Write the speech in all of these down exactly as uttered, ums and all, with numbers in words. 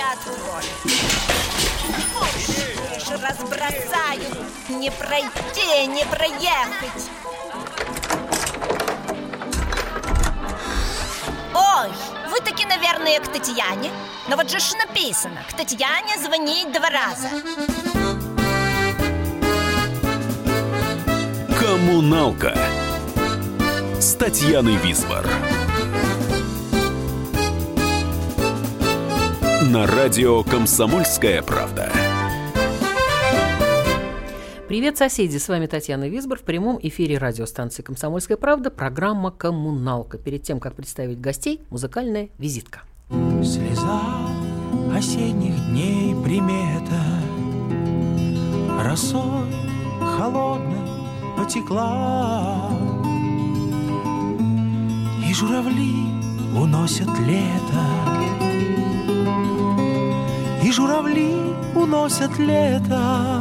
откроет. Лишь разбросаю, не пройти, не проехать. Ой, вы таки, наверное, к Татьяне. Но вот же ж написано: к Татьяне звонить два раза. Коммуналка с Татьяной Висбор. На радио «Комсомольская правда». Привет, соседи! С вами Татьяна Висбор в прямом эфире радиостанции «Комсомольская правда», программа «Коммуналка». Перед тем, как представить гостей, музыкальная визитка. Слеза осенних дней примета росой холодной потекла, и журавли уносят лето, и журавли уносят лето,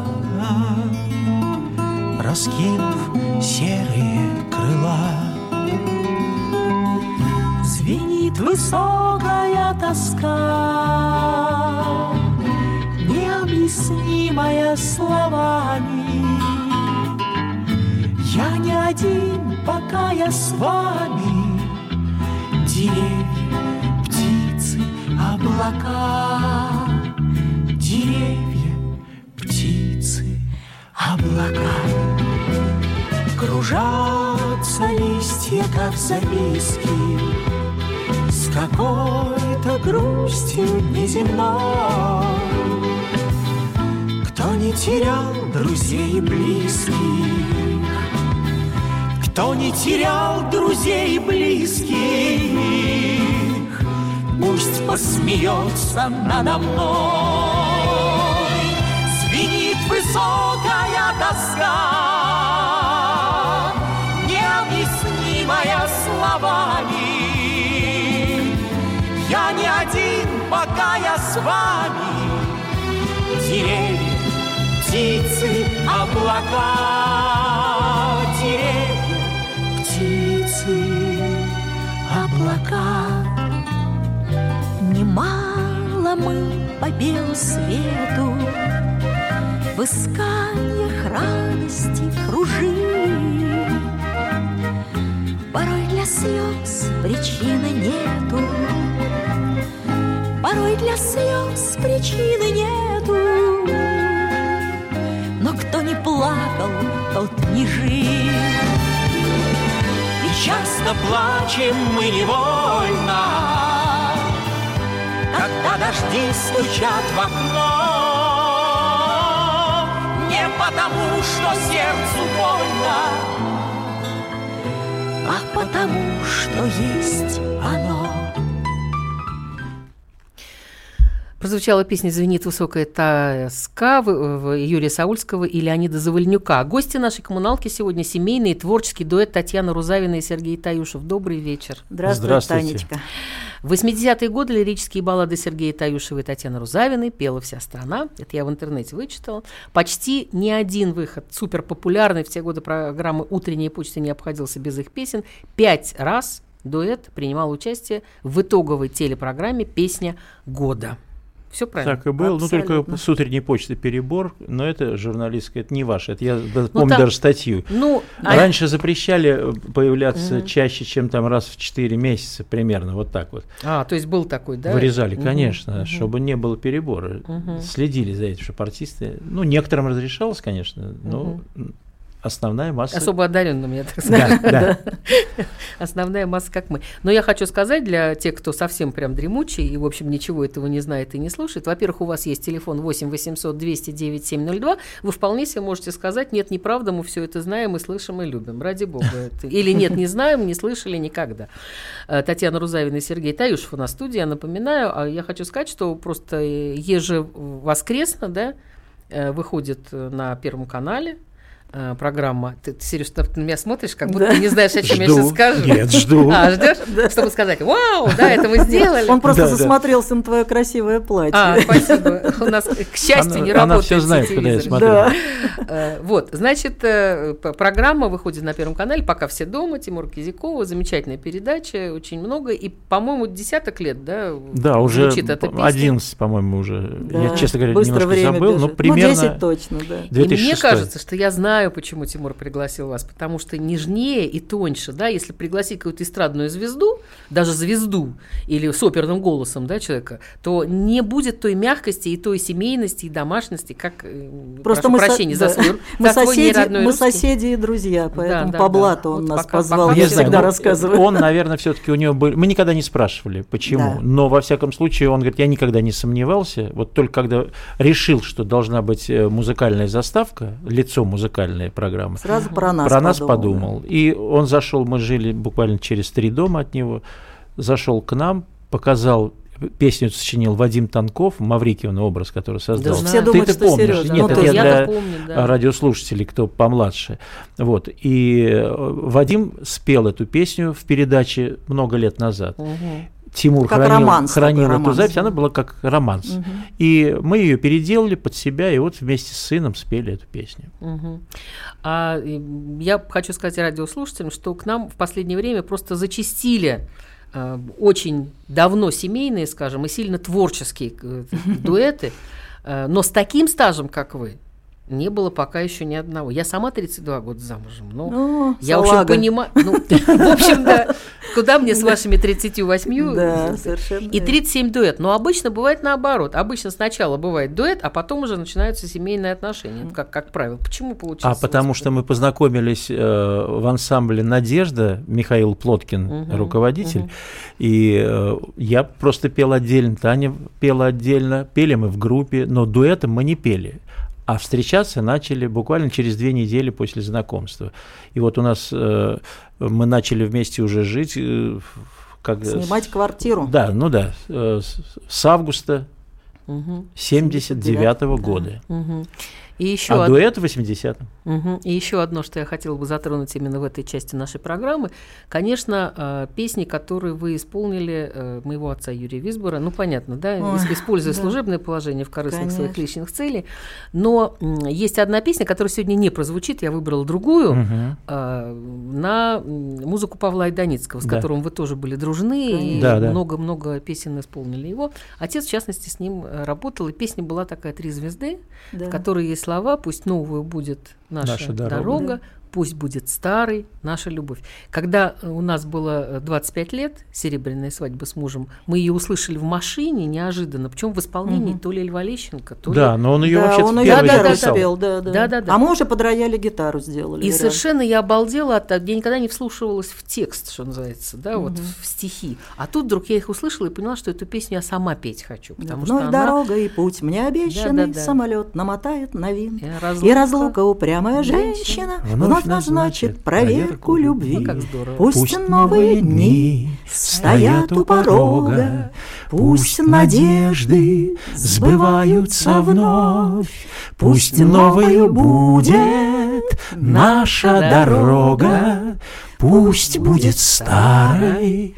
раскинув серые крыла. Звенит высокая тоска, необъяснимая словами. Я не один, пока я с вами. Деревья, птицы, облака. Деревья, птицы, облака. Кружатся листья, как записки, с какой-то грустью неземной. Кто не терял друзей и близких, кто не терял друзей и близких, пусть посмеется надо мной. Звенит высокая тоска, необъяснимая словами. Я не один, пока я с вами. Деревья, птицы, облака. Деревья, птицы, облака. Немало мы по белу свету в исканиях радости кружили. Порой для слез причины нету, порой для слез причины нету. Но кто не плакал, тот не жил. И часто плачем мы невольно, когда дожди стучат в окно. Не потому, что сердцу больно, а потому, что есть оно. Прозвучала песня «Звенит высокая тоска» Юрия Саульского и Леонида Завальнюка. Гости нашей коммуналки сегодня — семейный и творческий дуэт Татьяна Рузавина и Сергей Таюшев. Добрый вечер. Здравствуй, Здравствуйте. Танечка. В восьмидесятые годы лирические баллады Сергея Таюшева и Татьяны Рузавиной пела вся страна. Это я в интернете вычитала. Почти ни один выход суперпопулярной в те годы программы «Утренняя почта» не обходился без их песен. Пять раз дуэт принимал участие в итоговой телепрограмме «Песня года». Все правильно. Так и было, Абсолютно. ну только с утренней почты перебор, но это журналистская, это не ваше, это я Ну, помню там, даже статью. Ну, а- Раньше запрещали появляться Мгм. чаще, чем там раз в четыре месяца примерно, вот так вот. А, то есть был такой, да? Вырезали, Мгм, конечно, мгм. чтобы не было перебора. Мгм. Следили за этим, чтобы артисты, ну, некоторым разрешалось, конечно, но основная масса... Особо одаренным, я так Да, скажу. да. Основная масса, как мы. Но я хочу сказать для тех, кто совсем прям дремучий и, в общем, ничего этого не знает и не слушает. Во-первых, у вас есть телефон восемь восемьсот двести девять семь ноль два. Вы вполне себе можете сказать: нет, неправда, мы все это знаем и слышим и любим. Ради бога. Это. Или нет, не знаем, не слышали никогда. Э, Татьяна Рузавина и Сергей Таюшев у нас в студии. Я напоминаю, а я хочу сказать, что просто ежевоскресно, да, э, выходит на Первом канале программа. Ты, Сереж, ты на меня смотришь, как будто да. ты не знаешь, о чем я сейчас скажу. Нет, жду. А, ждешь? Да. Чтобы сказать, вау, да, это мы сделали. Он просто да, засмотрелся да. на твое красивое платье. А, спасибо. У нас, к счастью, она, не работает она все знает, куда я смотрю. Да. Вот, значит, программа выходит на Первом канале «Пока все дома», Тимур Кизякова, замечательная передача, очень много, и, по-моему, десяток лет, да, да, уже одиннадцать, по-моему, уже. Да. Я, честно говоря, Быстро немножко забыл, бежит. но примерно... Ну, десять точно, да. И мне кажется, что я знаю, почему Тимур пригласил вас, потому что нежнее и тоньше, да, если пригласить какую-то эстрадную звезду, даже звезду, или с оперным голосом, да, человека, то не будет той мягкости и той семейности и домашности, как, просто прошу мы прощения со... за свой, мы за свой соседи, неродной мы русский. соседи и друзья, поэтому да, по да, блату да. он Вот нас пока, позвал, пока я знаю, всегда ну, рассказываю. Он, наверное, все-таки у него были... Мы никогда не спрашивали, почему, да. но, во всяком случае, он говорит, я никогда не сомневался, вот только когда решил, что должна быть музыкальная заставка, лицо музыкальной программы, сразу про нас про нас подумал. подумал. Да. И он зашел, мы жили буквально через три дома от него, зашел к нам, показал, песню сочинил Вадим Тонков, Маврикиевный образ, который создал. Да, все думают, ты что помнишь? Сережа. Нет, Ну, это я для помню, да. радиослушателей, кто помладше. Вот. И Вадим спел эту песню в передаче много лет назад. Угу. Тимур как хранил, романс, хранил эту романс. запись, она была как романс. Угу. И мы ее переделали под себя, и вот вместе с сыном спели эту песню. Угу. А я хочу сказать радиослушателям, что к нам в последнее время просто зачастили э, очень давно семейные, скажем, и сильно творческие э, дуэты, э, но с таким стажем, как вы, не было пока еще ни одного. Я сама тридцать два года замужем, но ну, я уже понимаю... Ну, в общем, да, куда мне с вашими тридцатью восьмью? Да, совершенно. И тридцать семь дуэт. Но обычно бывает наоборот. Обычно сначала бывает дуэт, а потом уже начинаются семейные отношения, как, как правило. Почему получилось? А потому что мы познакомились э, в ансамбле «Надежда», Михаил Плоткин, угу, руководитель, угу. и э, я просто пел отдельно, Таня пела отдельно, пели мы в группе, но дуэтом мы не пели. А встречаться начали буквально через две недели после знакомства. И вот у нас э, мы начали вместе уже жить. Э, как, Снимать с, квартиру. Да, ну да, э, с, с августа угу. семьдесят девятого года. Да. Угу. И еще а од... дуэт в восьмидесятом. Угу. И еще одно, что я хотела бы затронуть именно в этой части нашей программы, конечно, э, песни, которые вы исполнили э, моего отца Юрия Висбора, ну, понятно, да, Ой, используя да. служебное положение в корыстных конечно. Своих личных целей, но э, есть одна песня, которая сегодня не прозвучит, я выбрала другую, угу. э, на музыку Павла Айданицкого, с да. которым вы тоже были дружны, конечно. И да, много-много да. песен исполнили его. Отец, в частности, с ним работал, и песня была такая «Три звезды», да. в которой есть слова «Пусть новую будет наша, наша дорога, дорога да. пусть будет старой наша любовь». Когда у нас было двадцать пять лет, серебряная свадьба с мужем, мы ее услышали в машине неожиданно, причем в исполнении угу. то ли Льва Лещенко, то да, ли... но он ее да, вообще он первый ее да, записал. Да, да. Да, да, да. А мы уже под рояль и гитару сделали. И вариант. совершенно я обалдела, от, я никогда не вслушивалась в текст, что называется, да, угу. вот в стихи. А тут вдруг я их услышала и поняла, что эту песню я сама петь хочу. Потому Вновь что дорога она... и путь мне обещанный, да, да, да. самолет намотает на винт. И разлука, и разлука упрямая женщина вновь, вновь назначит проверку любви. Ну, как здорово. Пусть, пусть новые дни стоят у порога, пусть надежды сбываются вновь, пусть новой будет наша дорога, пусть будет старой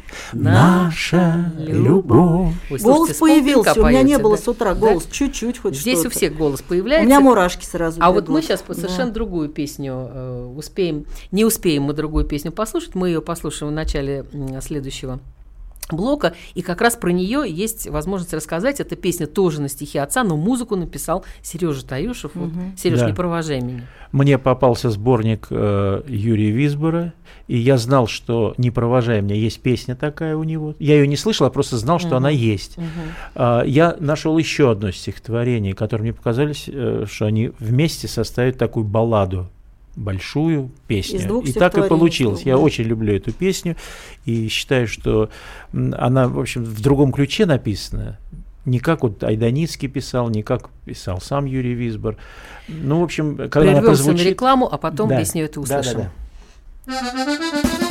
наша любовь. Ой, голос появился, у меня поете, не было да? с утра, голос да? чуть-чуть хоть здесь что-то. У всех голос появляется. У меня мурашки сразу. А бегут. вот мы сейчас да. совершенно другую песню э, успеем, не успеем мы другую песню послушать, мы ее послушаем в начале э, следующего блока, и как раз про нее есть возможность рассказать. Эта песня тоже на стихи отца, но музыку написал Сережа Таюшев. Угу. Вот. Сереж, да. не провожай меня. Мне попался сборник э, Юрия Висбора, и я знал, что «Не провожай меня» есть песня такая у него. Я ее не слышал, а просто знал, что угу. она есть. Угу. А, я нашел еще одно стихотворение, которое мне показалось, э, что они вместе составят такую балладу, большую песню. И так и получилось. Да. Я очень люблю эту песню и считаю, что она, в общем, в другом ключе написана. Не как вот Айданицкий писал, не как писал сам Юрий Висбор. Ну, в общем, когда прервемся она прозвучит... на рекламу, а потом да. песню эту услышим. Да, да,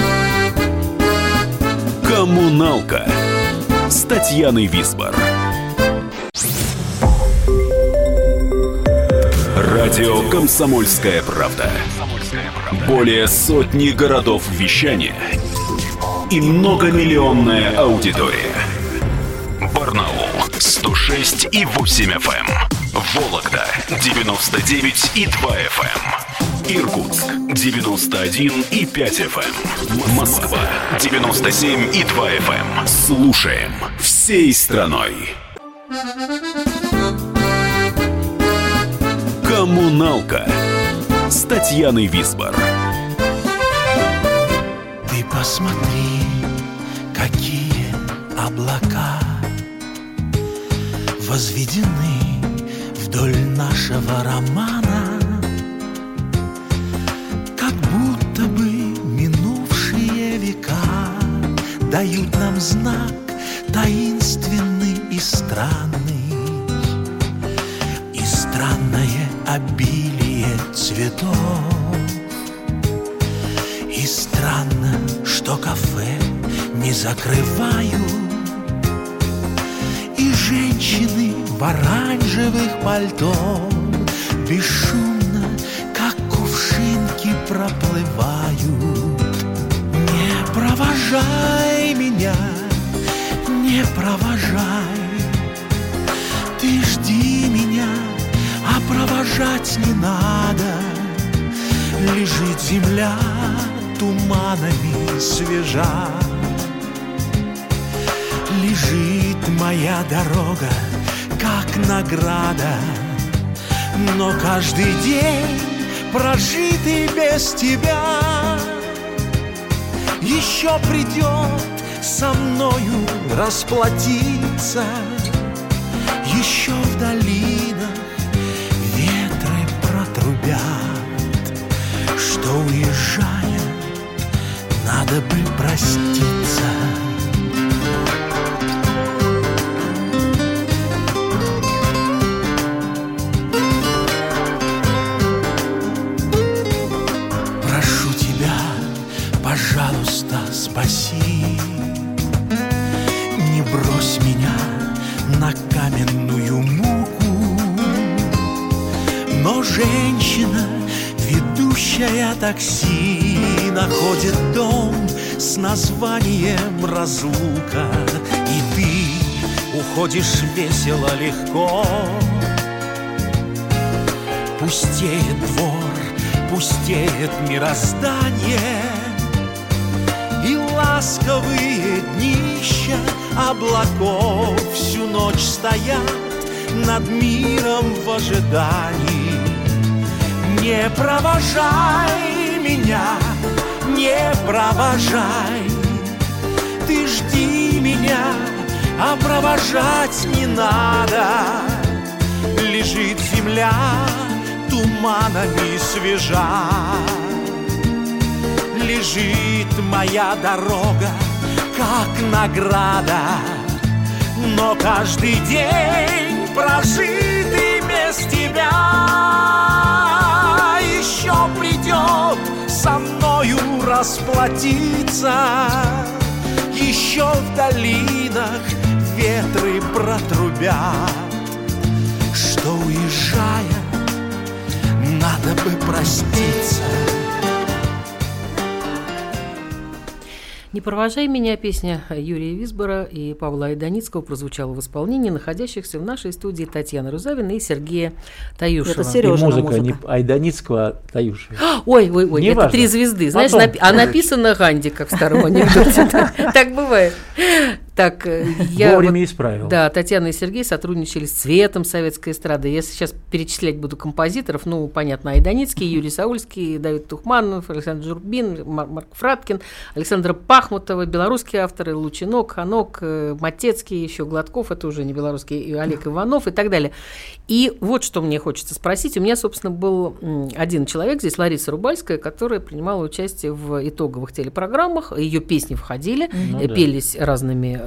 да. Коммуналка с Татьяной Висбор. Радио «Комсомольская правда». Более сотни городов вещания и многомиллионная аудитория. Барнаул сто шесть и восемь эф эм, Вологда девяносто девять и два эф эм, Иркутск девяносто один и пять эф эм, Москва девяносто семь и два эф эм. Слушаем всей страной. Коммуналка с Татьяной Висбор. Ты посмотри, какие облака возведены вдоль нашего романа, как будто бы минувшие века дают нам знак таинственный и странный, и странное обилие цветов. И странно, что кафе не закрывают, и женщины в оранжевых пальто бесшумно, как кувшинки, проплывают. Не провожай меня, не провожай, ты жди меня, а провожать не надо. Лежит земля туманами свежа, лежит моя дорога, как награда. Но каждый день, прожитый без тебя, еще придет со мною расплатиться. Еще в долинах ветры протрубят, что, уезжая, надо бы проститься. Прошу тебя, пожалуйста, спаси, не брось меня на каменную муку. Но женщина, ведущая такси, находит дом с названием «Разлука». И ты уходишь весело, легко. Пустеет двор, пустеет мироздание, и ласковые днища облаков всю ночь стоят над миром в ожидании. Не провожай меня, не провожай, ты жди меня, а провожать не надо. Лежит земля туманами свежа, лежит моя дорога, как награда. Но каждый день, прожитый без тебя, еще придет со мною расплатиться. Еще в долинах ветры протрубят, что, уезжая, надо бы проститься. «Не провожай меня» — песня Юрия Висбора и Павла Айданицкого прозвучала в исполнении находящихся в нашей студии Татьяны Рузавиной и Сергея Таюшева. Это Сережина музыка, музыка. не Айданицкого, а Таюшева. Ой, ой, ой, Не это важно. три звезды. Знаешь, Потом. напи- а написано Ганди, как в старом анекдоте. Так бывает. Так, я Вовремя вот- исправил. Да, Татьяна и Сергей сотрудничали с цветом советской эстрады. Я сейчас перечислять буду композиторов. Ну, понятно, Айданицкий, Юрий Саульский, Давид Тухманов, Александр Журбин, Мар- Марк Фраткин, Александра Пахмутова, белорусские авторы Лучинок, Ханок, э, Матецкий, еще Гладков, это уже не белорусский, и Олег Иванов и так далее. И вот что мне хочется спросить. У меня, собственно, был м, один человек здесь, Лариса Рубальская, которая принимала участие в итоговых телепрограммах. Ее песни входили, Ну э, да. пелись разными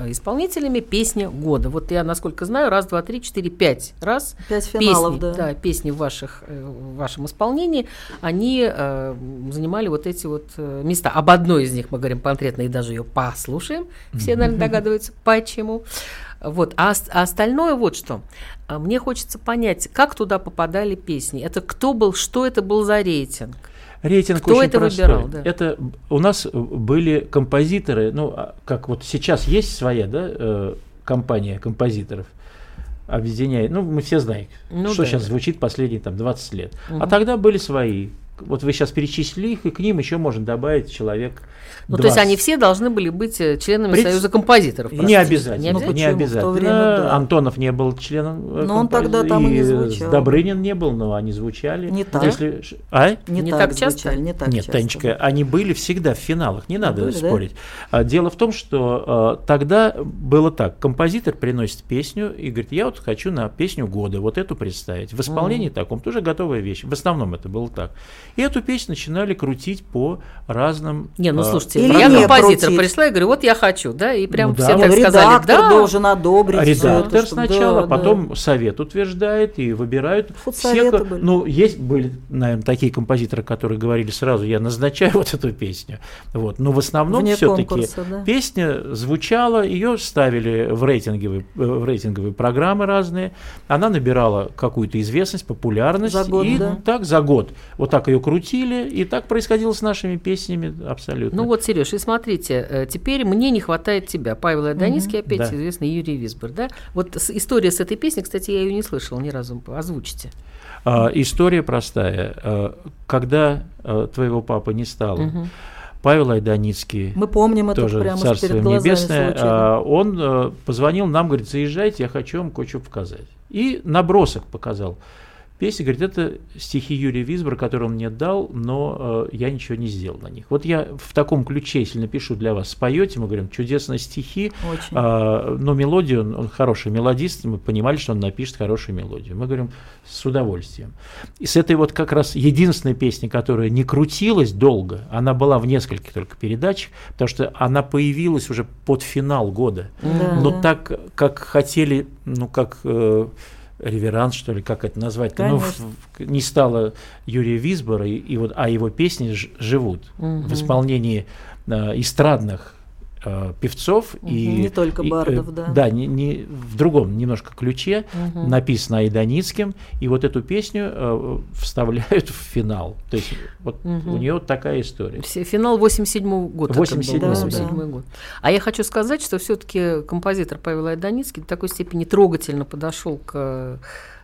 исполнителями «Песня года». Вот я, насколько знаю, раз, два, три, четыре, пять раз Пять финалов, песни, да. да, песни в, ваших, в вашем исполнении, они э, занимали вот эти вот места. Об одной из них мы говорим конкретно и даже ее послушаем. Все, наверное, догадываются, почему. Вот. А, а остальное вот что. Мне хочется понять, как туда попадали песни. Это кто был, что это был за рейтинг? Рейтинг Кто очень это простой. выбирал, да? Это у нас были композиторы, ну, как вот сейчас есть своя, да, э, компания композиторов, объединяет, ну, мы все знаем, ну, что да, сейчас да. звучит последние там двадцать лет. Угу. А тогда были свои. Вот вы сейчас перечислили их, и к ним еще можно добавить человек Ну, двадцать. то есть они все должны были быть членами Пред... Союза композиторов. Не простите. обязательно. Не Ну, обязательно? не обязательно. В то время, да. Антонов не был членом. Но он тогда там и не звучал. Добрынин не был, но они звучали. Не так. Если... А? Не, Не так, так часто? звучали, не так Нет, часто. Танечка, они были всегда в финалах, не надо были, спорить. Да? Дело в том, что э, тогда было так: композитор приносит песню и говорит: я вот хочу на песню года вот эту представить. В исполнении mm. таком тоже готовая вещь. В основном это было так. И эту песню начинали крутить по разным. Не, ну э, слушайте, Или я не композитор крутить. пришла и говорю: вот я хочу, да, и прям Ну да. все Ну, так сказали, редактор да. должен одобрить. Редактор всё это, сначала, да, потом да. совет утверждает и выбирают. Худсоветы Все, были. ну, есть были, наверное, такие композиторы, которые говорили сразу: я назначаю вот эту песню. Вот. Но в основном Вне все-таки конкурса, да. песня звучала, ее ставили в рейтинговые, в рейтинговые программы разные. Она набирала какую-то известность, популярность. За год, и да. так за год. Вот так ее крутили, и так происходило с нашими песнями абсолютно. Ну вот, Сереж, и смотрите, э, теперь мне не хватает тебя. Павел Айданицкий, опять Да. известный Юрий Висбор, да? Вот с- история с этой песней, кстати, я ее не слышала ни разу. Озвучите. А, история простая. А, когда а, твоего папы не стало, Мгм. Павел Айданицкий, Мы помним это тоже прямо царство перед им глазами небесное, случайно. а, он а, позвонил нам, говорит: заезжайте, я хочу вам кое-что показать. И набросок показал. Песня, говорит, это стихи Юрия Висбора, которые он мне дал, но э, я ничего не сделал на них. Вот я в таком ключе, если напишу для вас, споете, мы говорим: чудесные стихи, Очень. э, но мелодию, он, он хороший мелодист, мы понимали, что он напишет хорошую мелодию. Мы говорим: с удовольствием. И с этой вот как раз единственной песни, которая не крутилась долго, она была в нескольких только передачах, потому что она появилась уже под финал года. Да, Но да. так, как хотели, ну, как... Э, реверанс, что ли, как это назвать? Ну, в- в- не стало Юрия Висбора, и, и вот, а его песни ж- живут Мгм. в исполнении э, эстрадных э, певцов. И, Не только и, э, бардов, да. Да, не, не, в другом немножко ключе, Мгм. написано Айданицким, и вот эту песню э, вставляют в финал. То есть вот Мгм. у нее вот такая история. Все- Финал восемьдесят седьмой год. это был, восемьдесят седьмой, восемьдесят седьмой год. А я хочу сказать, что все-таки композитор Павел Айданицкий в такой степени трогательно подошел к,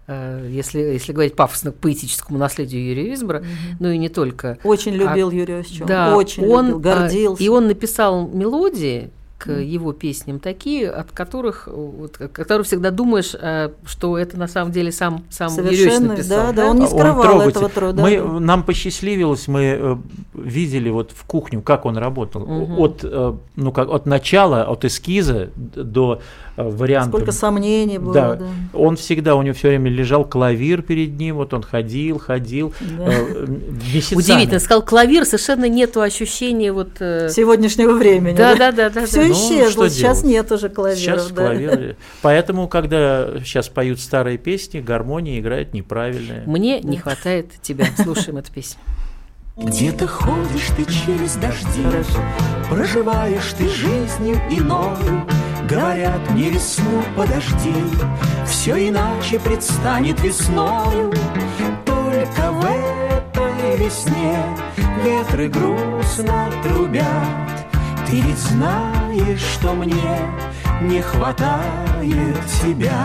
э, если, если говорить пафосно, к поэтическому наследию Юрия Висбора, ну и не только. Очень любил А, Юрия Осичева. Да, Очень он, любил, гордился. а, И он написал мелодии к его песням такие, от которых, вот, которые всегда думаешь, а, что это на самом деле сам, сам Юрий Совершенно, написал. да, да, он не Он скрывал трогатель. этого труда. Мы, да. нам посчастливилось, мы э, видели вот в кухню, как он работал. Мгм. От, э, ну, как, от начала, от эскиза д- до э, варианта. Сколько сомнений было. Да. Да. Он всегда, у него все время лежал клавир перед ним, вот он ходил, ходил. Да. э, месяцами. Удивительно, сказал клавир, совершенно нету ощущения вот... э, Сегодняшнего времени. Да, да, да, да. Все да. Ну, исчезло, что сейчас делать? нет уже клавиров. Сейчас да. клавир. Поэтому, когда сейчас поют старые песни, гармония играет неправильная. Мне не хватает тебя. Слушаем эту песню. Где-то ходишь ты через дожди, Хорошо. проживаешь ты жизнью иной. Говорят мне: весну подожди, все иначе предстанет весною. Только в этой весне ветры грустно трубят. Ты ведь знаешь, что мне не хватает тебя.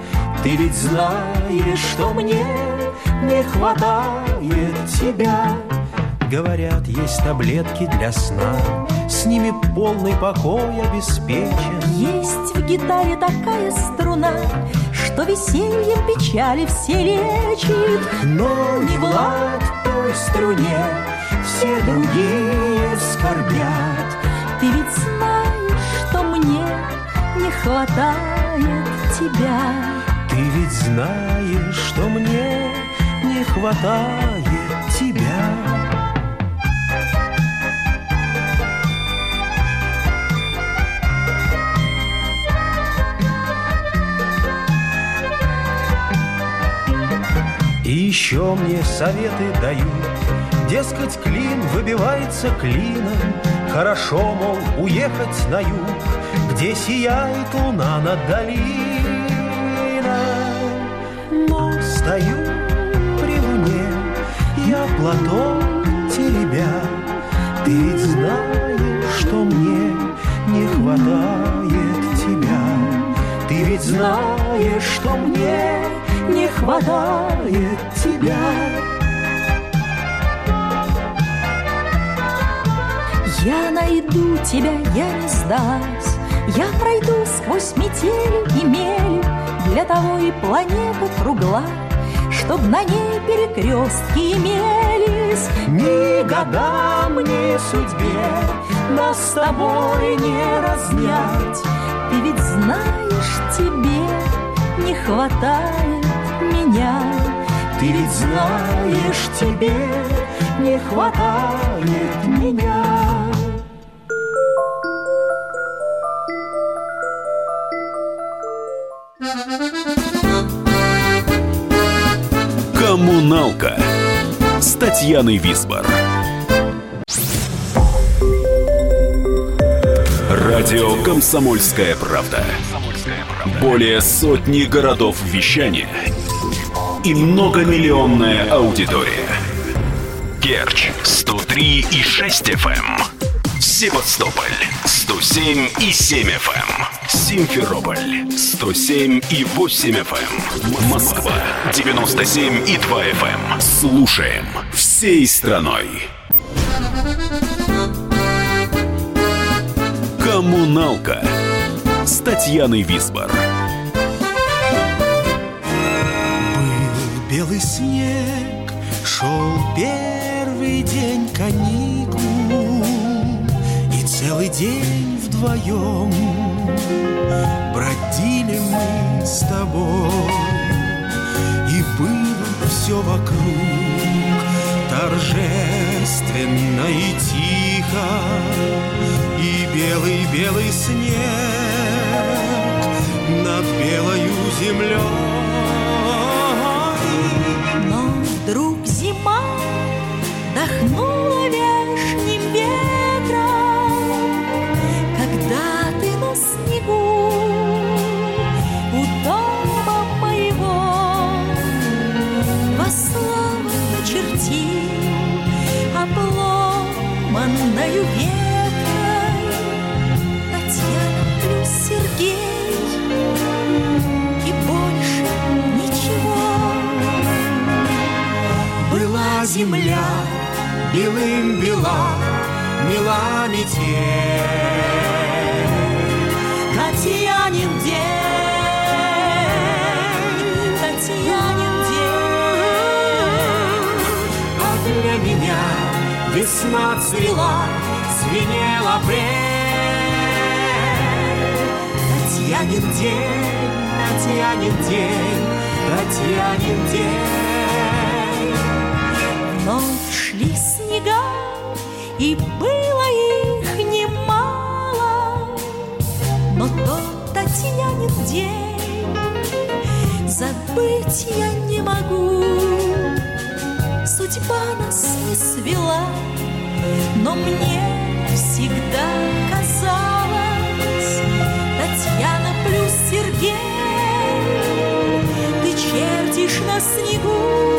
Ты ведь знаешь, что мне не хватает тебя. Говорят, есть таблетки для сна, с ними полный покой обеспечен. Есть в гитаре такая струна, что весельем печали все лечит. Но не влад той струне, все другие скорбят. Ты ведь знаешь, что мне не хватает тебя. Ты ведь знаешь, что мне не хватает тебя. еще мне советы дают. Дескать, клин выбивается клином, хорошо, мол, уехать на юг, где сияет луна над долиной. Но стою при луне, я платок теребя. Ты ведь знаешь, что мне не хватает тебя. Ты ведь знаешь, что мне не хватает тебя. Я найду тебя, я не сдамся. Я пройду сквозь метели и мели. Для того и планета кругла, чтоб на ней перекрестки имелись. Ни годам, ни судьбе нас с тобой не разнять. Ты ведь знаешь, тебе не хватает меня. Ты ведь знаешь, тебе не хватает меня. Коммуналка с Татьяной Висбор. Радио «Комсомольская правда». Более сотни городов вещания и многомиллионная аудитория. Керчь сто три и шесть эф эм, Севастополь сто семь и семь эф эм, Симферополь сто семь и восемь эф эм, Москва девяносто семь и два эф эм. Слушаем всей страной. Коммуналка с Татьяной Висбор. Был белый снег, шел первый день каникул, и целый день вдвоем бродили мы с тобой. И было все вокруг торжественно и тихо, и белый-белый снег над белою землей. Но вдруг зима дохнула вешним ветром, когда ты на снегу у дома моего во славу начертил обломанною веткой Татьяна плюс Сергей, и больше ничего. Была земля белым бела, мила метель, Татьянин день, Татьянин день, а для меня весна цвела, звенела апрель. Татьянин день, Татьянин день, Татьянин день. но шли снега, и было их немало, но тот Татьянин день забыть я не могу. Судьба нас не свела, но мне всегда казалось, Татьяна плюс Сергей, ты чертишь на снегу.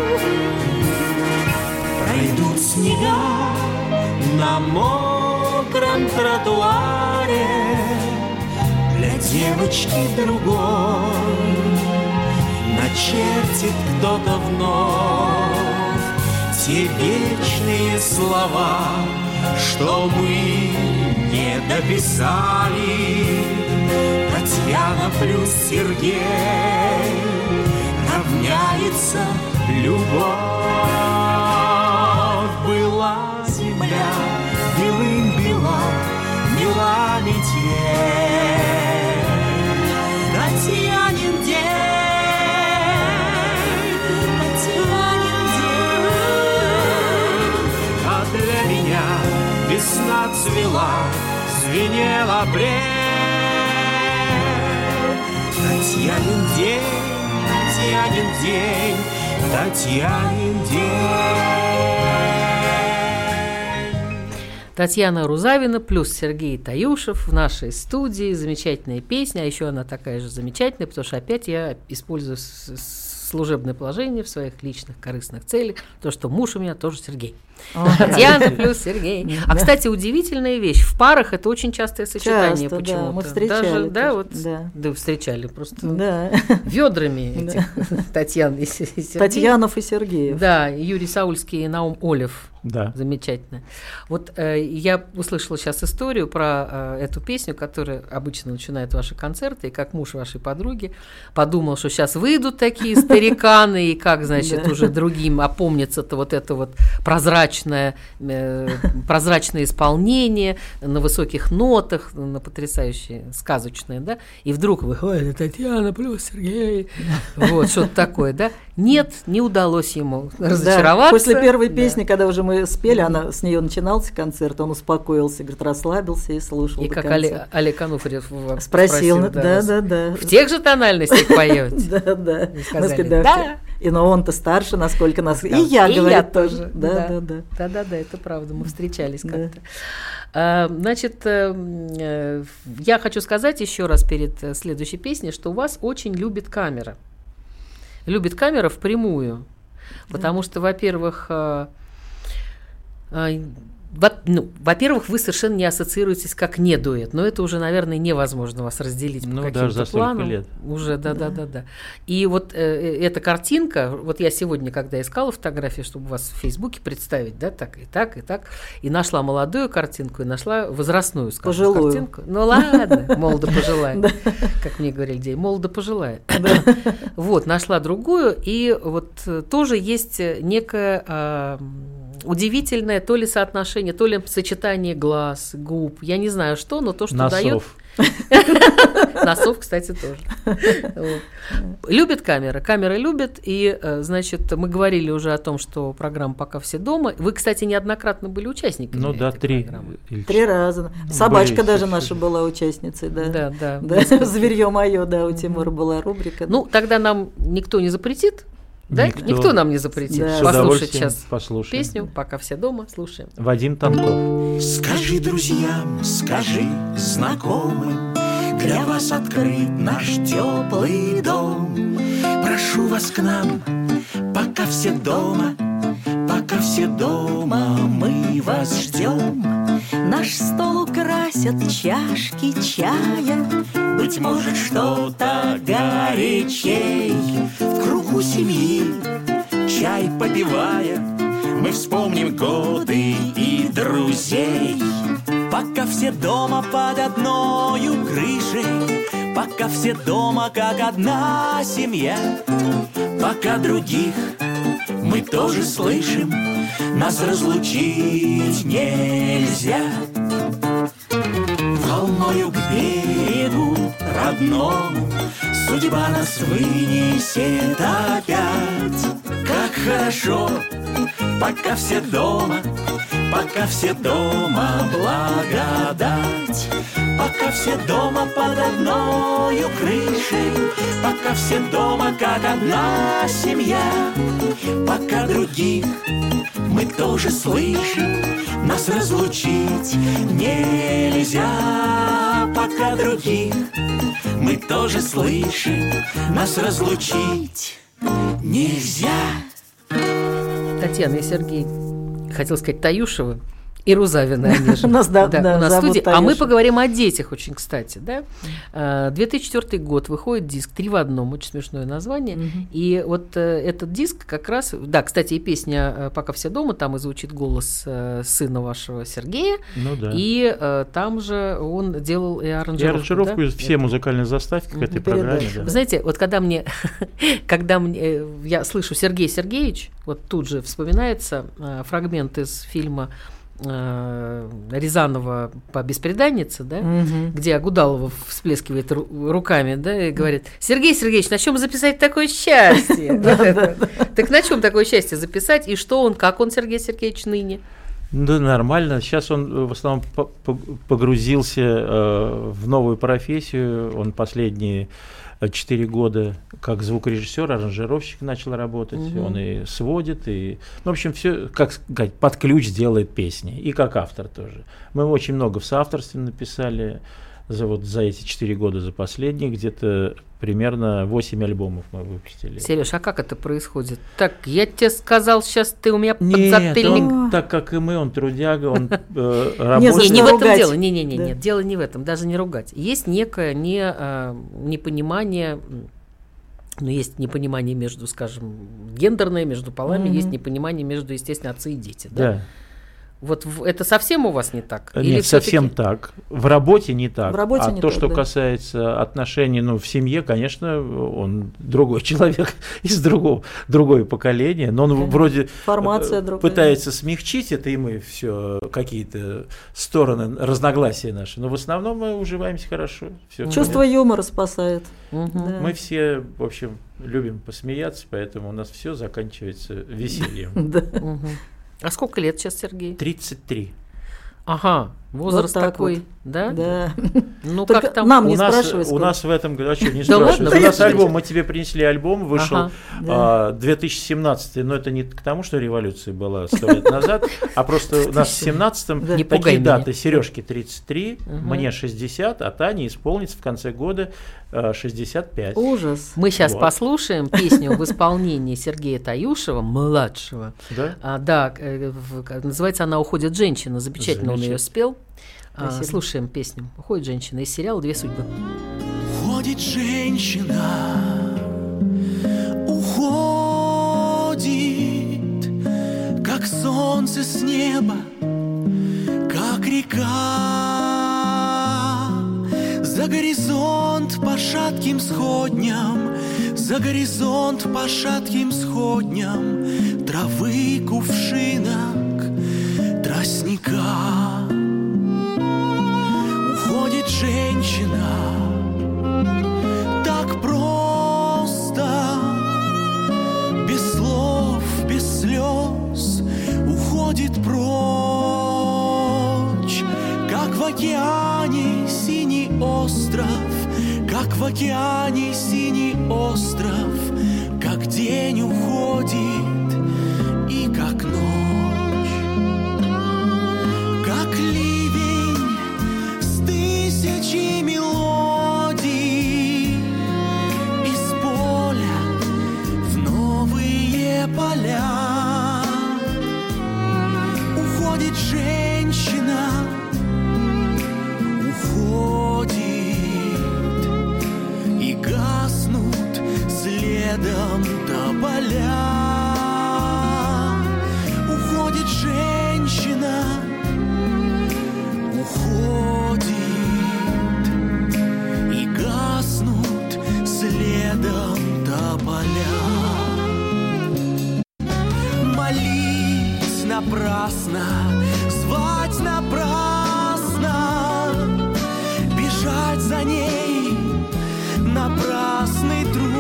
Пройдут снега на мокром тротуаре для девочки другой, начертит кто-то вновь те вечные слова, что мы не дописали. Татьяна плюс Сергей равняется любовь. Была земля белым бела, мила метель, Татьянин день, Татьянин день, а для меня весна цвела, звенела апрель. Татьянин день, Татьянин день, Татьянин день. Татьяна Рузавина плюс Сергей Таюшев в нашей студии. Замечательная песня, а еще она такая же замечательная, потому что опять я использую с- с- служебное положение в своих личных корыстных целях, то, что муж у меня тоже Сергей. Татьяна плюс Сергей. А, кстати, удивительная вещь. В парах это очень частое сочетание Часто, да, почему-то. мы встречали Даже, да, тоже, вот, да. да, встречали просто Да. ведрами этих Татьян и Се- и Сергея. Татьянов и Сергеев. Да, Юрий Саульский и Наум Олев. Да. Замечательно. Вот э, я услышала сейчас историю про э, эту песню, которая обычно начинает ваши концерты, и как муж вашей подруги подумал, что сейчас выйдут такие стариканы, и как, значит, уже другим опомнится-то вот это вот прозрачное, э, прозрачное исполнение на высоких нотах, на потрясающие, сказочные, да, и вдруг выходит Татьяна плюс Сергей, вот, что-то такое, да. Нет, не удалось ему разочароваться. Да, после первой Да. песни, когда уже мы спели, она, с нее начинался концерт, он успокоился, говорит, расслабился и слушал И до как конца. Олег, Олег Ануфриев в- Спросил, да, да, вас, да, да. в тех же тональностях поете? Да, да. И Мы сказали, сказали, да. да. И но он-то старше, насколько нас... И Да. я, И говорит, я тоже. тоже. Да, да, да. Да-да-да, это правда, мы встречались Да. как-то. А, Значит, э, э, я хочу сказать еще раз перед э, следующей песней, что у вас очень любит камера. Любит камера впрямую. Потому что, во-первых, э, э, во- ну, во-первых, вы совершенно не ассоциируетесь как не дуэт, но это уже, наверное, невозможно вас разделить Ну, по даже каким-то за столько планам. лет. Уже, да, да, да, да. И вот э, эта картинка, вот я сегодня, когда искала фотографии, чтобы вас в Фейсбуке представить, да, так и так, и так, и нашла молодую картинку, и нашла возрастную, скажем, Пожилую. картинку. Ну ладно, молодо пожилая, как мне говорили дети, молодо пожилая. Вот, нашла другую, и вот э, тоже есть некое а, удивительное то ли соотношение, то ли сочетание глаз, губ, я не знаю что, но то, что дает... Носов. Носов, кстати, тоже. Вот. Любит камера, камера любит, и, э, значит, мы говорили уже о том, что программа «Пока все дома». Вы, кстати, неоднократно были участниками Ну да, этой три. программы. или Три раза. Собачка Были даже совершенно. наша была участницей, да. Да, да. Да, зверье мое, да, у Тимура была рубрика. Ну, тогда нам никто не запретит, да? Никто. Никто нам не запретит Да. С послушать удовольствием сейчас послушаем. песню «Пока все дома». Слушаем. Вадим Танков. Скажи друзьям, скажи знакомым, для вас открыт наш теплый дом. Прошу вас к нам, пока все дома, пока все дома, мы вас ждем. Наш стол украсят чашки чая. Быть может, что-то горячей. В кругу семьи, чай попивая, мы вспомним годы и друзей. Пока все дома под одною крышей, пока все дома как одна семья, пока других мы тоже слышим, нас разлучить нельзя. Волною к берегу родному судьба нас вынесет опять. Как хорошо, пока все дома, пока все дома, благодать. Пока все дома под одною крышей, пока все дома как одна семья, пока других мы тоже слышим, нас разлучить нельзя. Пока других мы тоже слышим, нас разлучить нельзя. Татьяна и Сергей, хотел сказать, Таюшевы и Рузавина, они же. У нас, да, Да, да, у нас зовут студия. А мы Таюша. поговорим о детях очень, кстати, да. А, две тысячи четвёртый год, выходит диск «Три в одном», очень смешное название. И вот э, этот диск как раз, да, кстати, и песня э, «Пока все дома», там и звучит голос э, сына вашего Сергея, Ну да. и э, там же он делал и И аранжировку. аранжировку, да? и все музыкальные заставки к этой программе. Передача. Да. Вы знаете, вот когда мне, когда мне, э, я слышу Сергей Сергеевич, вот тут же вспоминается э, фрагмент из фильма э, Рязанова по «Бесприданнице», да, Мгм. где Агудалова всплескивает ру- руками, да, и говорит: Сергей Сергеевич, на чем записать такое счастье? Вот это. Так на чем такое счастье записать? И что он, как он, Сергей Сергеевич, ныне? Да, нормально. Сейчас он э, в основном по- по- погрузился э, в новую профессию. Он последние четыре года как звукорежиссер, аранжировщик начал работать. Угу. Он и сводит, и, ну, в общем, все, как сказать, под ключ делает песни. И как автор тоже. Мы очень много в соавторстве написали. За, вот, за эти четыре года, за последние, где-то примерно восемь альбомов мы выпустили. Сереж, а как это происходит? Так, я тебе сказал, сейчас ты у меня Нет, подзатыльник. Он, так как и мы, он трудяга, он э, работает. Не, не в этом дело, не, не, не, нет, дело не в этом, даже не ругать. Есть некое не, а, непонимание, ну, есть непонимание между, скажем, гендерное, между полами, mm-hmm. есть непонимание между, естественно, отцы и дети. Да. да. Вот это совсем у вас не так? Нет, Или совсем так. В работе не так. В работе а не то, так, что да. касается отношений, ну, в семье, конечно, он другой человек из другого, другое поколение, но он конечно. Вроде Формация пытается другая. Смягчить это, и мы все какие-то стороны разногласия наши. Но в основном мы уживаемся хорошо. Все Чувство юмора спасает. Угу. Да. Мы все, в общем, любим посмеяться, поэтому у нас все заканчивается весельем. А сколько лет сейчас Сергей? тридцать три. Ага, возраст вот такой, вот. да? Да. Ну, только как там? Нам не у нас, спрашивай, у нас в этом году, а что, не да спрашивай. Ладно, у нас альбом, мы тебе принесли альбом, вышел ага. а, две тысячи семнадцатый, но это не к тому, что революция была сто лет назад, а просто у нас в семнадцатом такие даты. Сережке тридцать три, мне шестьдесят, а Тане исполнится в конце года шестьдесят пять. Ужас. Мы сейчас вот. послушаем песню в исполнении Сергея Таюшева, младшего. Да? А, да, называется она «Уходит женщина», замечательно он ее спел. А, слушаем песню. Уходит женщина из сериала «Две судьбы». Уходит женщина, уходит, как солнце с неба, как река, за горизонт по шатким сходням, за горизонт по шатким сходням травы, кувшинок, тростника. Уходит женщина так просто, без слов, без слез, уходит прочь, как в океане синий остров, как в океане синий остров, как день уходит и как ночь, как ливень с тысячи мелодий из поля в новые поля. Уходит женщина, уходит, и гаснут следом тополя. Уходит женщина, уходит, и гаснут следом тополя. Молить напрасно, звать напрасно, бежать за ней напрасный труд.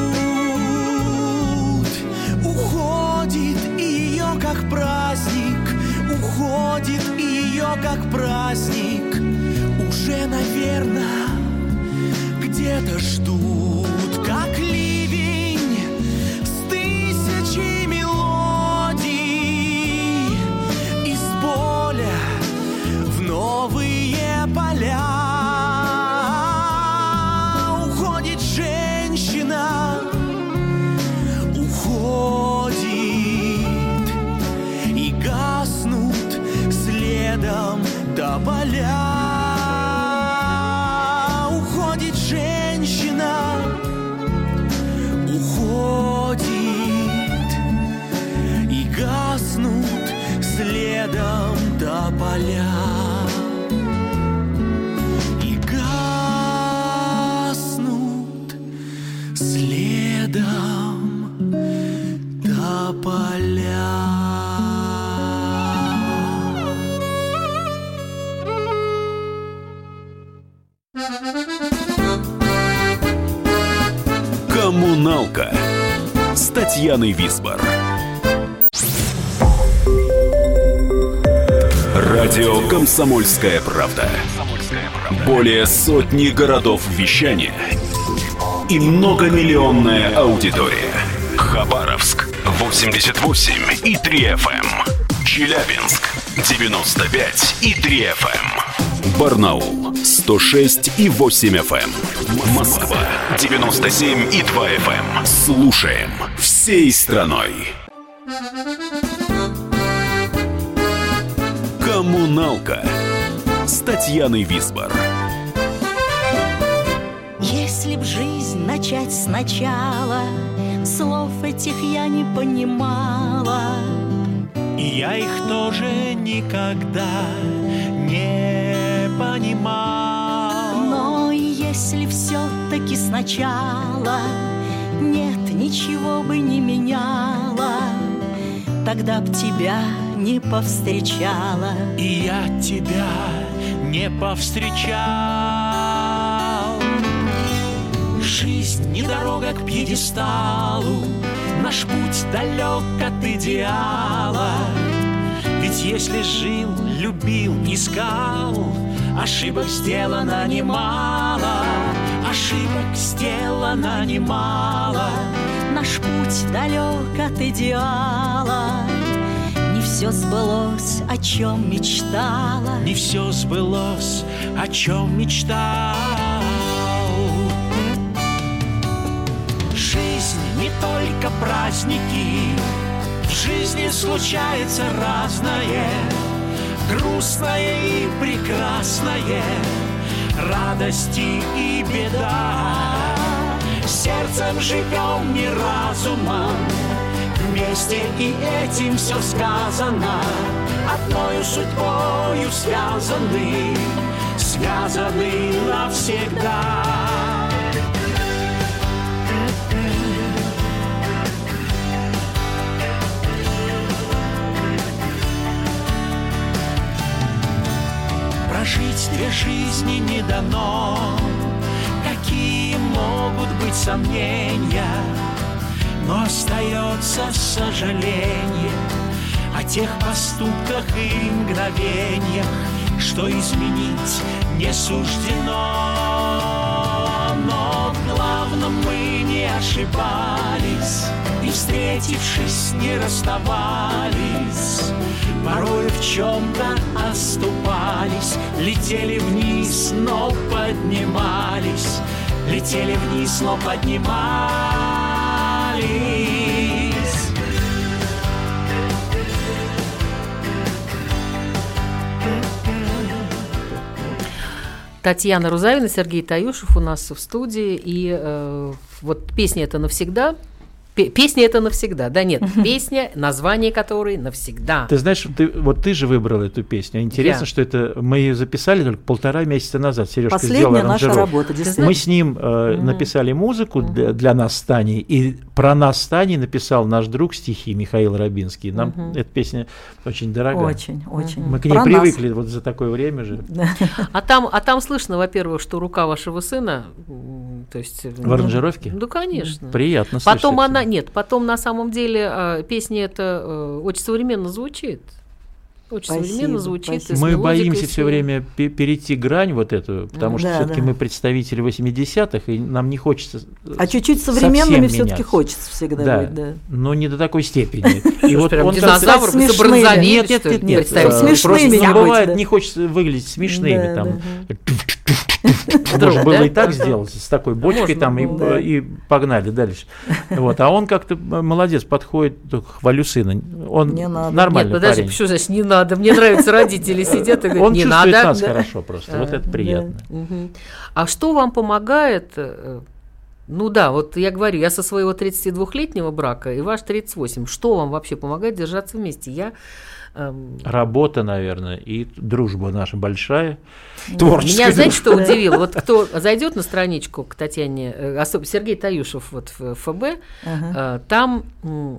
Уходит ее как праздник, уходит ее как праздник. Уже, наверное, где-то ждут, как ливень с тысячи мелодий из поля в новые поля. Уходит женщина, уходит, и гаснут следом тополя. Уходит женщина, уходит, и гаснут следом тополя. И гаснут следом тополя. «Коммуналка» с Татьяной Висбор. Радио «Комсомольская правда». Более сотни городов вещания и многомиллионная аудитория. Хабаровск восемьдесят восемь и три эф эм. Челябинск девяносто пять и три эф эм. Барнаул сто шесть и восемь эф эм. Москва девяносто семь и два эф эм. Слушаем всей страной. Коммуналка с Татьяной Висбор. Если б жизнь начать сначала, слов этих я не понимала. И я их тоже никогда не понимал. Но если все-таки сначала нет, ничего бы не меняла, тогда б тебя не повстречала. И я тебя не повстречал. Жизнь не дорога к пьедесталу, наш путь далек от идеала. Ведь если жил, любил, искал, ошибок сделано немало. Ошибок сделано немало. Наш путь далек от идеала. Не все сбылось, о чем мечтала. Не все сбылось, о чем мечтал. Жизнь не только праздники, в жизни случается разное, грустное и прекрасное, радости и беда. Сердцем живем, не разумом, вместе и этим все сказано. Одною судьбою связаны, связаны навсегда. Прожить две жизни не дано, какие могут быть сомнения, но остается сожаление о тех поступках и мгновениях, что изменить не суждено. Но в главном мы не ошибались и, встретившись, не расставались. Порой в чем-то оступались, летели вниз, но поднимались, летели вниз, но поднимались. Татьяна Рузавина, Сергей Таюшев у нас в студии. И э, вот песня «Это навсегда». Песня «Это навсегда». Да нет, песня, название которой «Навсегда». Ты знаешь, ты, вот ты же выбрал эту песню. Интересно, Я. что это мы ее записали только полтора месяца назад. Сережка Последняя сделал наша аранжировку. работа, действительно. Мы с ним э, написали музыку для, для нас с Таней, и про нас с Таней написал наш друг стихи Михаил Рабинский. Нам эта песня очень дорога. Очень, очень. Мы к ней Про привыкли нас. вот за такое время же. А там, а там слышно, во-первых, что рука вашего сына, м, то есть... В аранжировке? Ну, конечно. Приятно Потом слышать. она, нет, потом на самом деле э, песня эта э, очень современно звучит. Очень Спасибо, современно звучит. спасибо. и с Мы мелодикой боимся всей. все время пе- перейти грань вот эту, потому что Да, все-таки да. мы представители восьмидесятых, и нам не хочется А чуть-чуть совсем современными все-таки меняться. хочется всегда Да, быть, да. но не до такой степени. И вот Прям он как- динозавр, Смешными. забронзовели, Нет, нет, что ли? нет, нет. Представьте. э, Смешными Просто не ну, быть, бывает, да. не хочется выглядеть смешными. Да, Там. да. Можно Вдруг, было да? и так сделать, с такой бочкой Можно там, и, было, да. и погнали дальше. Вот. А он как-то молодец, подходит, только хвалю сына. Он Не надо. нормальный Нет, подожди, парень. что значит не надо? Мне нравятся родители сидят и говорят, Он не чувствует надо. нас Да. хорошо просто, вот это приятно. Мгм. А что вам помогает? э, Ну да, вот я говорю, я со своего тридцатидвухлетнего брака и ваш тридцать восемь. Что вам вообще помогает держаться вместе? Я эм, Работа, наверное, и дружба наша большая. Меня, знаете, что Да. удивило? Вот кто зайдет на страничку к Татьяне, э, особенно Сергей Таюшев вот в эф бэ, Ага. э, там, м,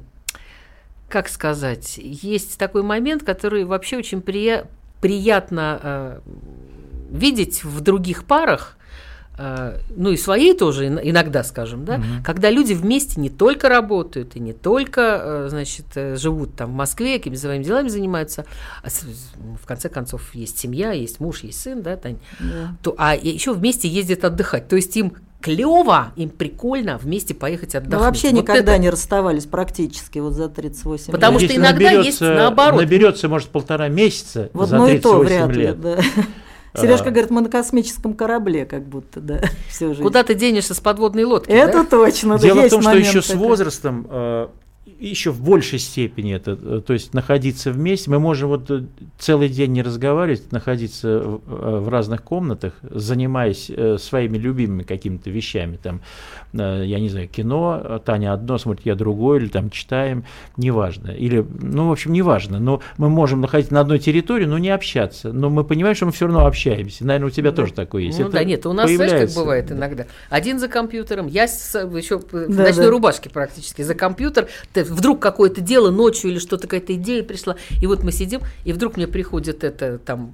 как сказать, есть такой момент, который вообще очень прия- приятно э, видеть в других парах, э, ну и своей тоже ин- иногда, скажем, да, когда люди вместе не только работают и не только, э, значит, э, живут там в Москве, какими-то своими делами занимаются, а с- в конце концов есть семья, есть муж, есть сын, да, Тань, Да. то, а еще вместе ездят отдыхать. То есть им клево, им прикольно вместе поехать отдохнуть. Ну, вообще вот никогда это... не расставались практически вот за тридцать восемь Потому лет. что иногда есть наоборот. Наберется, может, полтора месяца вот, за ну тридцать восемь и то вряд лет. ли, да. Сережка говорит, мы на космическом корабле, как будто, да, всю жизнь. Куда ты денешься с подводной лодки? Это да? точно. Дело да, в том, что еще с такой. возрастом, э, еще в большей степени это, то есть находиться вместе, мы можем вот целый день не разговаривать, находиться в, в разных комнатах, занимаясь э, своими любимыми какими-то вещами, там, э, я не знаю, кино, Таня одно смотрит, я другое, или там читаем, неважно, или, ну, в общем, неважно, но мы можем находиться на одной территории, но не общаться, но мы понимаем, что мы все равно общаемся, наверное, у тебя да. тоже такое есть. Ну это да, нет, у нас, появляется. Знаешь, как бывает иногда, один за компьютером, я с, еще в да, ночной да. рубашке практически за компьютер, вдруг какое-то дело ночью или что-то, какая-то идея пришла, и вот мы сидим, и вдруг мне приходит это там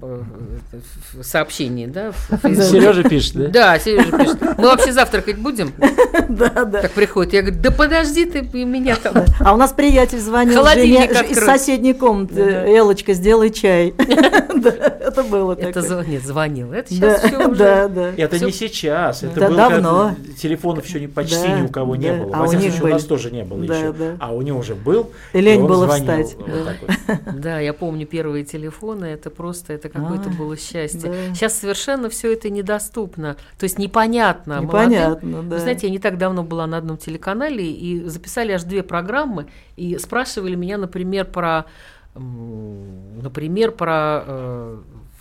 сообщение, да? Сережа пишет, да? Да, Сережа пишет. Мы вообще завтракать будем? Да, да. Так приходит, я говорю, да подожди ты меня там. А у нас приятель звонил из соседней комнаты, Элочка, сделай чай. Это было такое. Это нет, звонил. Это сейчас все уже. Да, да. Это не сейчас, это было давно. Телефонов еще почти ни у кого не было. А у них у нас тоже не было еще. А у него уже был. И лень было встать. Да, я помню первые телефоны, это просто, это какое-то было счастье. Сейчас совершенно все это недоступно, то есть непонятно. Непонятно, да. Вы знаете, я не так давно была на одном телеканале, и записали аж две программы, и спрашивали меня, например, про, например, про,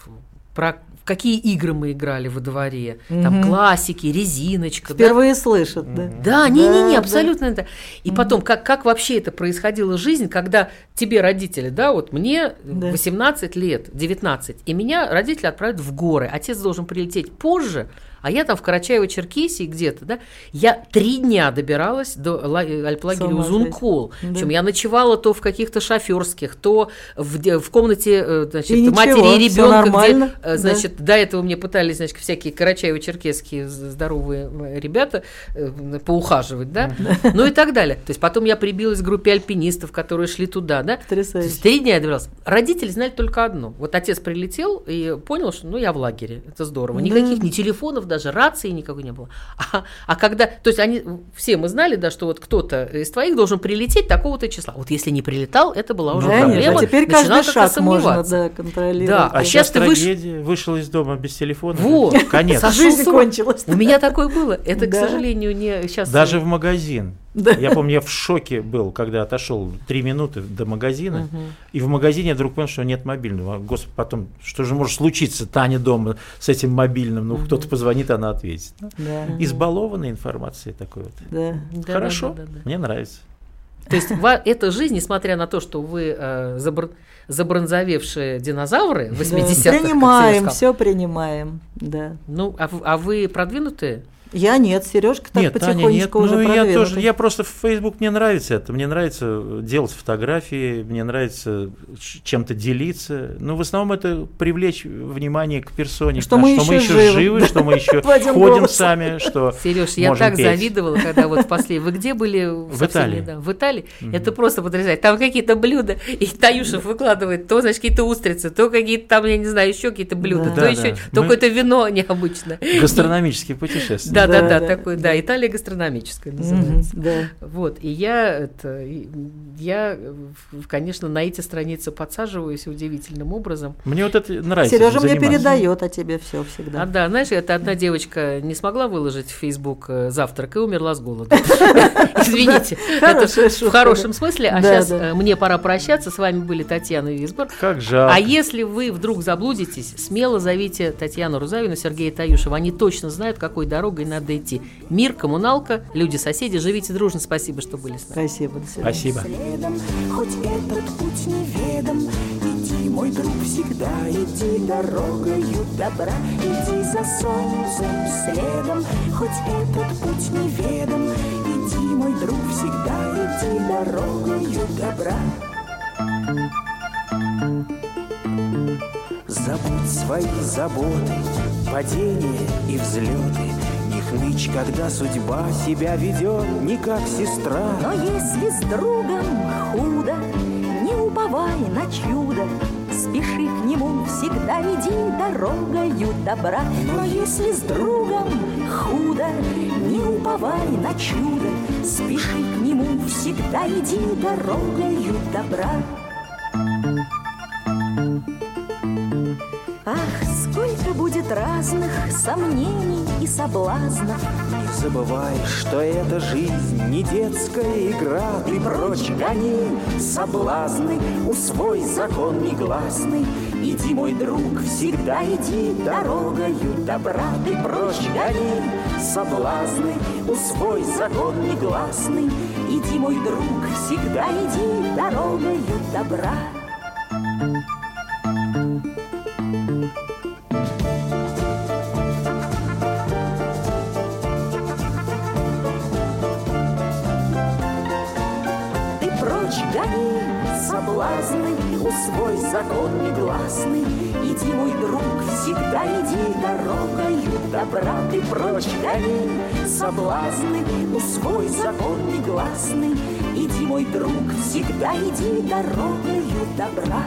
про какие игры мы играли во дворе, угу. там классики, резиночка. Впервые да? слышат, да? Да, не-не-не, да, абсолютно да. это. И угу. потом, как, как вообще это происходила жизнь, когда тебе родители, да, вот мне да. восемнадцать лет, девятнадцать, и меня родители отправят в горы, отец должен прилететь позже, а я там в Карачаево-Черкесии где-то, да, я три дня добиралась до альплагеря Узункол. Да. Причем я ночевала то в каких-то шоферских, то в, в комнате, значит, и матери ничего, и ребенка, где, значит, да. до этого мне пытались, значит, всякие карачаево-черкесские здоровые ребята поухаживать, да, ну и так далее. То есть потом я прибилась к группе альпинистов, которые шли туда, да. Потрясающе. Три дня я добиралась. Родители знали только одно. Вот отец прилетел и понял, что, ну, я в лагере, это здорово. Никаких да. ни телефонов, даже рации никакой не было. А, а когда, то есть они, все мы знали, да, что вот кто-то из твоих должен прилететь такого-то числа. Вот если не прилетал, это была уже да, проблема. Нет, а теперь каждый шаг можно да, контролировать. Да, а, а сейчас ты трагедия, выш... вышел из дома без телефона. Вот, конец. Жизнь кончилась. У меня такое было. Это, к сожалению, не сейчас. Даже в магазин. Да. Я помню, я в шоке был, когда отошел три минуты до магазина, угу. и в магазине я вдруг понял, что нет мобильного. Господи, потом, что же может случиться, Таня дома с этим мобильным, ну, угу. кто-то позвонит, она ответит. Да. Избалованная информацией такой вот. Да. Хорошо, да, да, да, да. мне нравится. То есть эта жизнь, несмотря на то, что вы э, забр... забронзовевшие динозавры восьмидесятых, да. Принимаем, все принимаем, да. Ну, а, а вы продвинутые? Я нет, Сережка так нет, потихонечку Таня, нет. уже ну, продвинутый. Я тоже, я просто в Facebook, мне нравится это, мне нравится делать фотографии, мне нравится чем-то делиться. Но в основном это привлечь внимание к персоне, что, к мы, что еще мы еще живы, живы, что мы еще ходим сами, что Сереж, я так петь. завидовала, когда вот в последнем... Вы где были? В Италии. Да, в Италии? Mm-hmm. Это просто потрясающе. Там какие-то блюда, и Таюшев выкладывает то, значит, какие-то устрицы, то какие-то там, я не знаю, еще какие-то блюда, да. то да, еще, да. то мы... какое-то вино необычное. Гастрономические путешествия. Да, да, да, такое. Да, Италия гастрономическая называется. Mm-hmm, да. Вот, и я, это, я, конечно, на эти страницы подсаживаюсь удивительным образом. Мне вот это нравится. Сережа мне передает о тебе все всегда. А да, знаешь, это одна девочка не смогла выложить в Facebook завтрак и умерла с голоду. Извините, это в хорошем смысле. А сейчас мне пора прощаться. С вами были Татьяна Висбор. Как жалко. А если вы вдруг заблудитесь, смело зовите Татьяну Рузавину, Сергея Таюшева. Они точно знают, какой дорогой надо идти. Мир, коммуналка, люди-соседи, живите дружно. Спасибо, что были с нами. Спасибо. Спасибо. Следом, хоть этот путь неведом, иди, мой друг, всегда иди дорогою добра, иди за солнцем следом, хоть этот путь неведом, иди, мой друг, всегда иди дорогою добра. Забудь свои заботы, падения и взлеты. Не хнычь, когда судьба себя ведет не как сестра. Но если с другом худо, не уповай на чудо, спеши к нему, всегда иди дорогою добра. Но если с другом худо, не уповай на чудо, спеши к нему, всегда иди дорогою добра. Ах, сколько будет разных сомнений и соблазнов. Не забывай, что эта жизнь не детская игра. Ты прочь гони соблазны, усвой закон негласный. Иди, мой друг, всегда иди дорогою добра. Ты прочь гони соблазны, усвой закон негласный. Иди, мой друг, всегда иди дорогою добра. Гони соблазны, усвой закон негласный. Иди, мой друг, всегда иди дорогою добра. Ты прочь гони соблазны, усвой закон негласный. Иди, мой друг, всегда иди дорогою добра.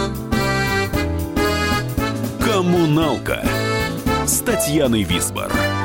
Коммуналка с Татьяной Висбор.